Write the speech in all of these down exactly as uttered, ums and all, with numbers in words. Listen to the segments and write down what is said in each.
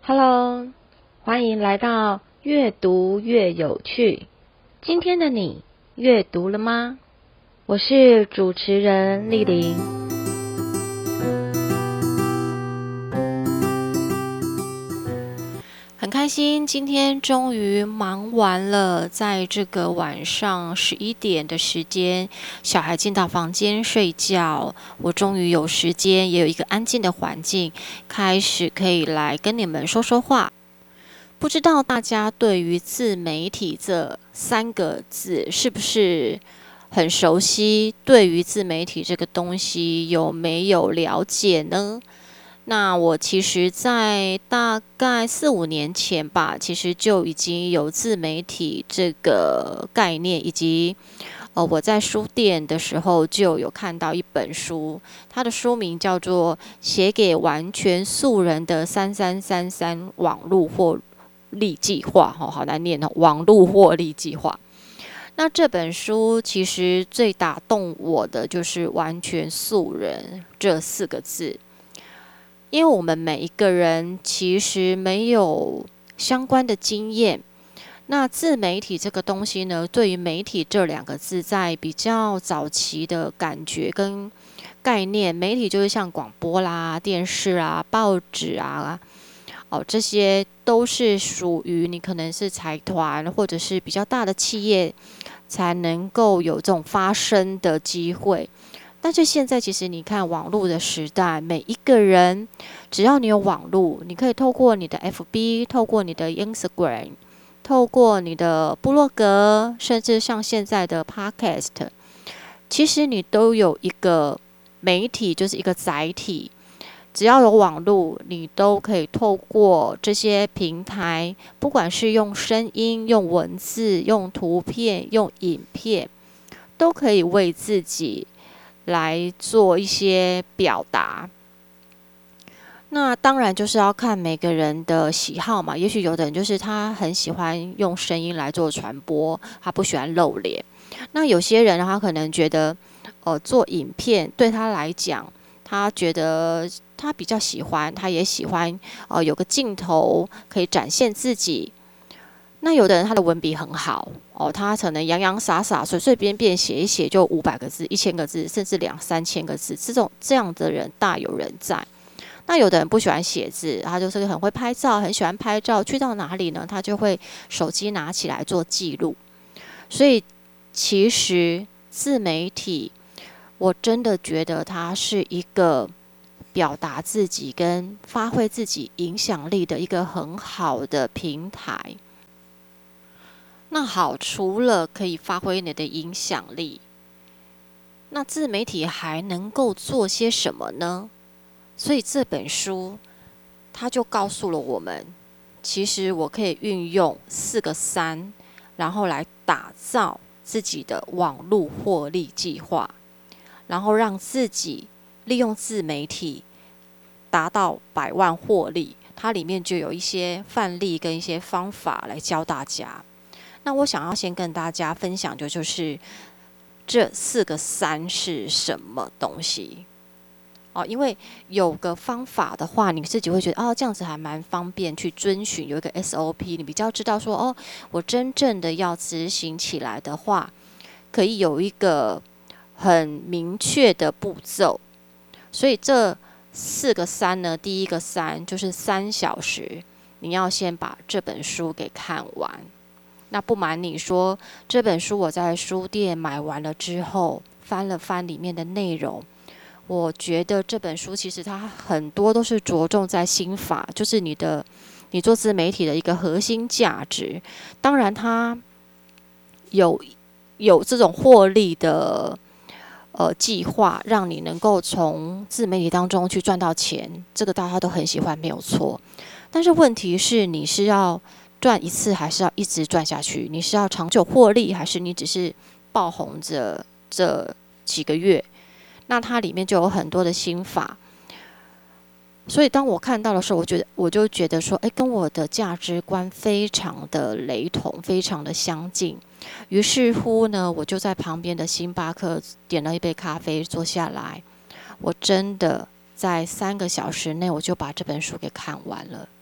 Hello， 欢迎来到越读越有趣。今天的你阅读了吗？我是主持人丽玲。很开心，今天终于忙完了，在这个晚上十一点的时间，小孩进到房间睡觉，我终于有时间，也有一个安静的环境，开始可以来跟你们说说话。不知道大家对于自媒体这三个字是不是很熟悉？对于自媒体这个东西有没有了解呢？那我其实在大概四五年前吧，其实就已经有自媒体这个概念，以及呃我在书店的时候就有看到一本书，它的书名叫做《写给完全素人的三三三三网络获利计划》，哦，好难念哦，网络获利计划。那这本书其实最打动我的就是完全素人这四个字。因为我们每一个人其实没有相关的经验，那自媒体这个东西呢，对于媒体这两个字，在比较早期的感觉跟概念，媒体就是像广播啦、电视啊、报纸啊，哦，这些都是属于你可能是财团或者是比较大的企业才能够有这种发声的机会。但是现在其实你看网络的时代，每一个人只要你有网络，你可以透过你的 F B， 透过你的 Instagram， 透过你的部落格，甚至像现在的 Podcast， 其实你都有一个媒体，就是一个载体。只要有网络，你都可以透过这些平台，不管是用声音、用文字、用图片、用影片，都可以为自己来做一些表达。那当然就是要看每个人的喜好嘛，也许有的人就是他很喜欢用声音来做传播，他不喜欢露脸。那有些人他可能觉得呃做影片对他来讲，他觉得他比较喜欢，他也喜欢呃有个镜头可以展现自己。那有的人他的文笔很好哦，他可能洋洋洒洒、随随便便写一写就五百个字、一千个字，甚至两三千个字，这种这样的人大有人在。那有的人不喜欢写字，他就是很会拍照，很喜欢拍照，去到哪里呢，他就会手机拿起来做记录。所以其实自媒体，我真的觉得它是一个表达自己跟发挥自己影响力的一个很好的平台。那好，除了可以发挥你的影响力，那自媒体还能够做些什么呢？所以这本书它就告诉了我们，其实我可以运用四个三，然后来打造自己的网络获利计划，然后让自己利用自媒体达到百万获利。它里面就有一些范例跟一些方法来教大家。那我想要先跟大家分享的就是这四个三是什么东西哦，因为有个方法的话，你自己会觉得哦，这样子还蛮方便去遵循，有一个 S O P， 你比较知道说哦，我真正的要执行起来的话，可以有一个很明确的步骤。所以这四个三呢，第一个三就是三小时，你要先把这本书给看完。那不瞒你说，这本书我在书店买完了之后，翻了翻里面的内容，我觉得这本书其实它很多都是着重在心法，就是你的你做自媒体的一个核心价值。当然，它有有这种获利的呃计划，让你能够从自媒体当中去赚到钱，这个大家都很喜欢，没有错。但是问题是，你是要赚一次，还是要一直赚下去？你是要长久获利，还是你只是爆红这这几个月？那它里面就有很多的心法。所以当我看到的时候，我觉得我就觉得说，哎，跟我的价值观非常的雷同，非常的相近。于是乎呢，我就在旁边的星巴克点了一杯咖啡，坐下来。我真的在三个小时内，我就把这本书给看完了。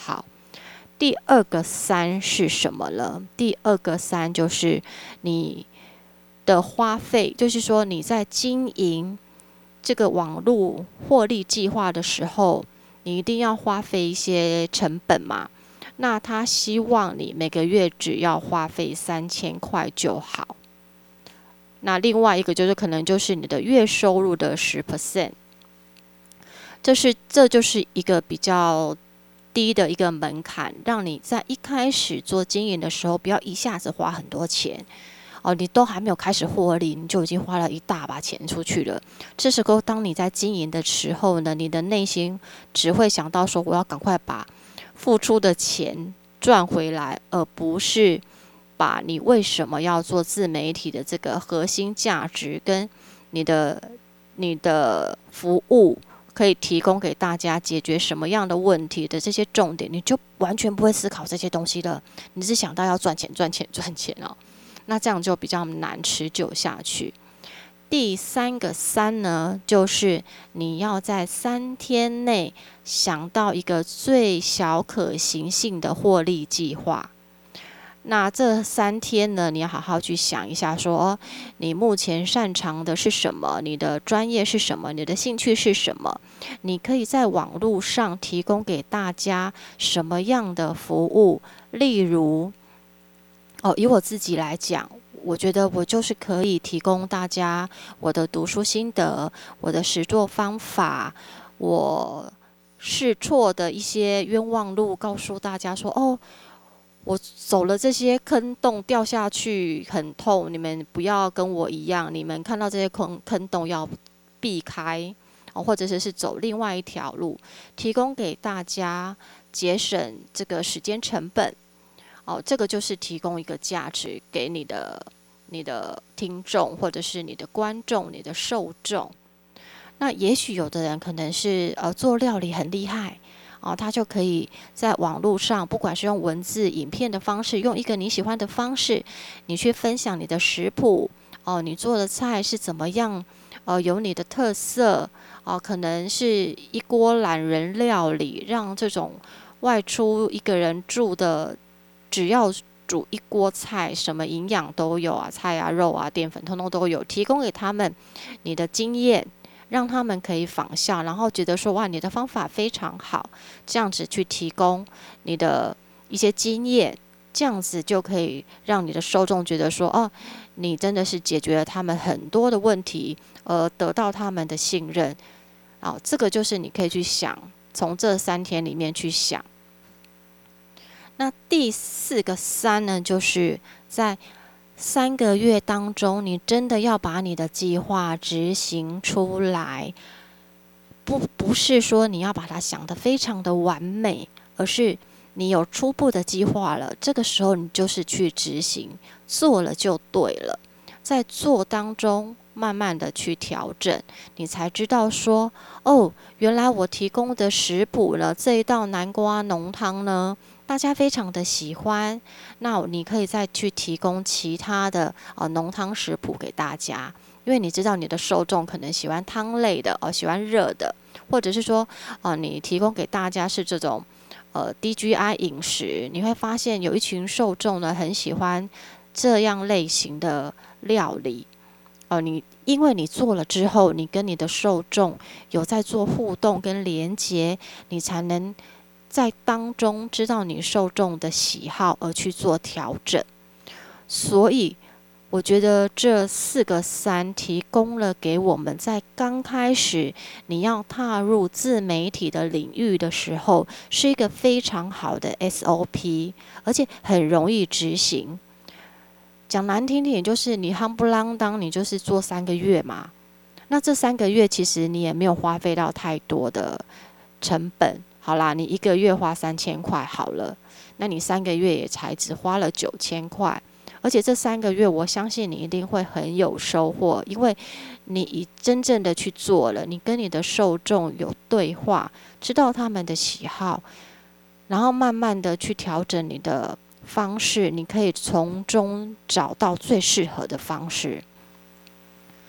好，第二个三是什么呢？第二个三就是你的花费，就是说你在经营这个网络获利计划的时候，你一定要花费一些成本嘛。那他希望你每个月只要花费三千块就好。那另外一个就是可能就是你的月收入的十 percent， 这是这就是一个比较低的一个门槛，让你在一开始做经营的时候，不要一下子花很多钱。哦，你都还没有开始获利，你就已经花了一大把钱出去了。这时候，当你在经营的时候呢，你的内心只会想到说，我要赶快把付出的钱赚回来，而不是把你为什么要做自媒体的这个核心价值跟你的你的服务可以提供给大家解决什么样的问题的这些重点，你就完全不会思考这些东西了。你只想到要赚钱、赚钱、赚钱哦。那这样就比较难持久下去。第三个三呢，就是你要在三天内想到一个最小可行性的获利计划。那这三天呢，你要好好去想一下说，哦，你目前擅长的是什么？你的专业是什么？你的兴趣是什么？你可以在网络上提供给大家什么样的服务？例如，哦，以我自己来讲，我觉得我就是可以提供大家我的读书心得、我的实作方法、我试错的一些冤枉路，告诉大家说，哦，我走了这些坑洞，掉下去很痛，你们不要跟我一样，你们看到这些坑坑洞要避开，哦，或者是是走另外一条路，提供给大家，节省这个时间成本。哦，这个就是提供一个价值给你的你的听众，或者是你的观众、你的受众。那也许有的人可能是呃做料理很厉害，哦，他就可以在网络上，不管是用文字、影片的方式，用一个你喜欢的方式，你去分享你的食谱，哦，你做的菜是怎么样，呃，有你的特色，哦，可能是一锅懒人料理，让这种外出一个人住的。只要煮一锅菜，什么营养都有啊，菜啊、肉啊、淀粉通通都有，提供给他们你的经验，让他们可以仿效，然后觉得说哇，你的方法非常好，这样子去提供你的一些经验，这样子就可以让你的受众觉得说，哦，你真的是解决了他们很多的问题，而得到他们的信任。啊，这个就是你可以去想，从这三天里面去想。那第四个三呢，就是在三个月当中，你真的要把你的计划执行出来，不不是说你要把它想得非常的完美，而是你有初步的计划了，这个时候你就是去执行，做了就对了。在做当中，慢慢的去调整，你才知道说，哦，原来我提供的食谱呢，这一道南瓜浓汤呢。大家非常的喜欢，那你可以再去提供其他的呃浓汤食谱给大家，因为你知道你的受众可能喜欢汤类的，哦、呃，喜欢热的，或者是说，呃，你提供给大家是这种呃 D G I 饮食，你会发现有一群受众呢很喜欢这样类型的料理，呃，你因为你做了之后，你跟你的受众有在做互动跟连结，你才能。在当中知道你受众的喜好而去做调整，所以我觉得这四个三提供了给我们在刚开始你要踏入自媒体的领域的时候，是一个非常好的 S O P， 而且很容易执行。讲难听点，就是你夯不啷当，你就是做三个月嘛。那这三个月其实你也没有花费到太多的成本。好啦，你一个月花三千块好了，那你三个月也才只花了九千块，而且这三个月我相信你一定会很有收获，因为你已真正的去做了，你跟你的受众有对话，知道他们的喜好，然后慢慢的去调整你的方式，你可以从中找到最适合的方式。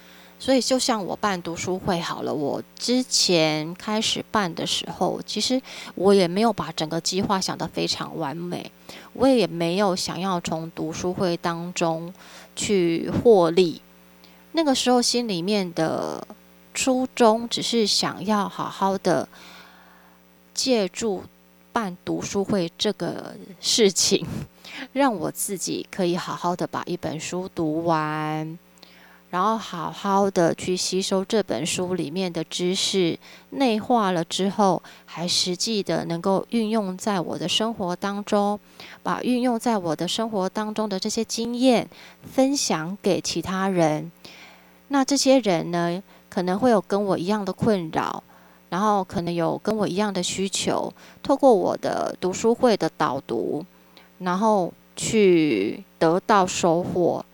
所以就像我办读书会好了，我之前开始办的时候，其实我也没有把整个计划想得非常完美，我也没有想要从读书会当中去获利。那个时候心里面的初衷只是想要好好的借助办读书会这个事情，让我自己可以好好的把一本书读完，然后好好的去吸收这本书里面的知识，内化了之后，还实际的能够运用在我的生活当中，把运用在我的生活当中的这些经验分享给其他人。那这些人呢，可能会有跟我一样的困扰，然后可能有跟我一样的需求，透过我的读书会的导读，然后去得到收获。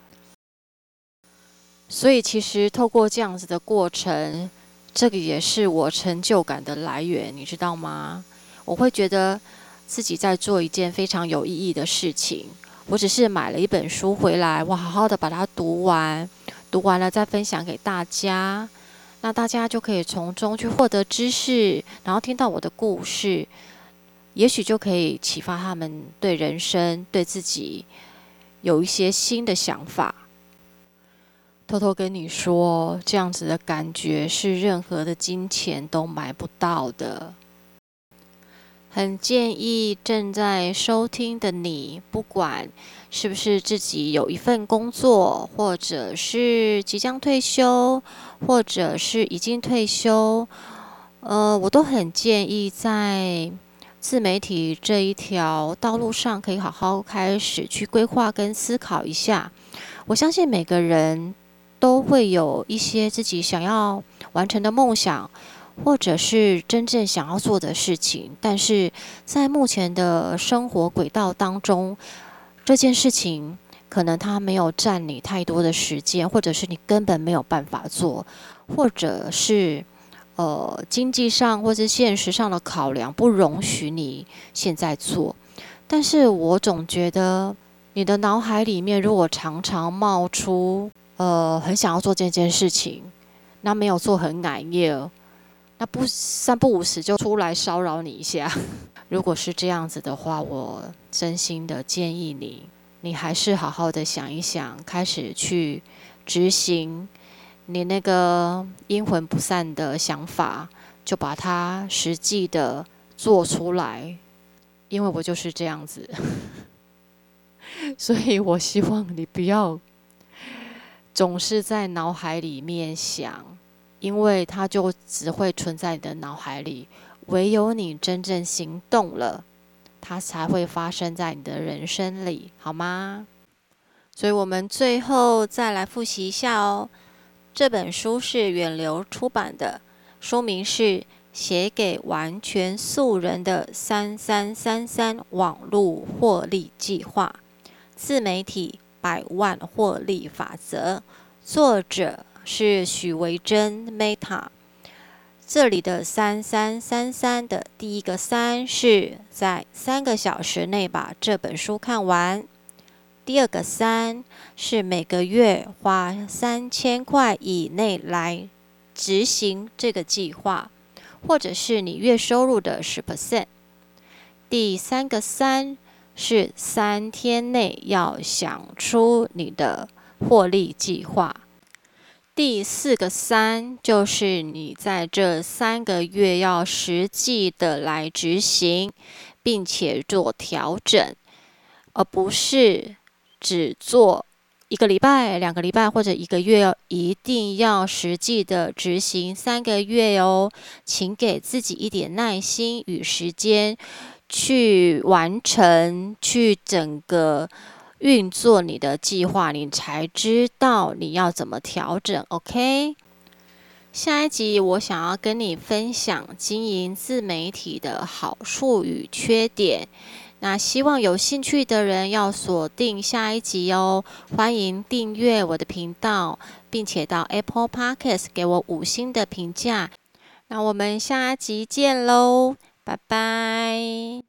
所以其实透过这样子的过程，这个也是我成就感的来源，你知道吗？我会觉得自己在做一件非常有意义的事情。我只是买了一本书回来，我好好的把它读完，读完了再分享给大家，那大家就可以从中去获得知识，然后听到我的故事，也许就可以启发他们对人生、对自己有一些新的想法。偷偷跟你说，这样子的感觉是任何的金钱都买不到的。很建议正在收听的你，不管是不是自己有一份工作，或者是即将退休，或者是已经退休，呃，我都很建议在自媒体这一条道路上，可以好好开始去规划跟思考一下。我相信每个人都会有一些自己想要完成的梦想，或者是真正想要做的事情，但是在目前的生活轨道当中，这件事情可能它没有占你太多的时间，或者是你根本没有办法做，或者是呃经济上或是现实上的考量不容许你现在做。但是我总觉得你的脑海里面如果常常冒出呃很想要做这件事情，那没有做很感业，那不三不五时就出来骚扰你一下。如果是这样子的话，我真心的建议你，你还是好好的想一想，开始去执行你那个阴魂不散的想法，就把它实际的做出来。因为我就是这样子，所以我希望你不要总是在脑海里面想，因为它就只会存在你的脑海里，唯有你真正行动了，它才会发生在你的人生里，好吗？所以我们最后再来复习一下哦。这本书是远流出版的，书名是《写给完全素人的三三三三网络获利计划：自媒体百万获利法则》，作者是许维珍 Meta。这里的三三三三的第一个三是在三个小时内把这本书看完，第二个三是每个月花三千块以内来执行这个计划，或者是你月收入的 百分之十。第三个三是三天内要想出你的获利计划。第四个三就是你在这三个月要实际的来执行，并且做调整，而不是只做一个礼拜、两个礼拜或者一个月，一定要实际的执行三个月哦。请给自己一点耐心与时间，去完成，去整个运作你的计划，你才知道你要怎么调整 ，OK？ 下一集我想要跟你分享经营自媒体的好处与缺点，那希望有兴趣的人要锁定下一集哦。欢迎订阅我的频道，并且到 Apple Podcast 给我五星的评价。那我们下集见喽，拜拜。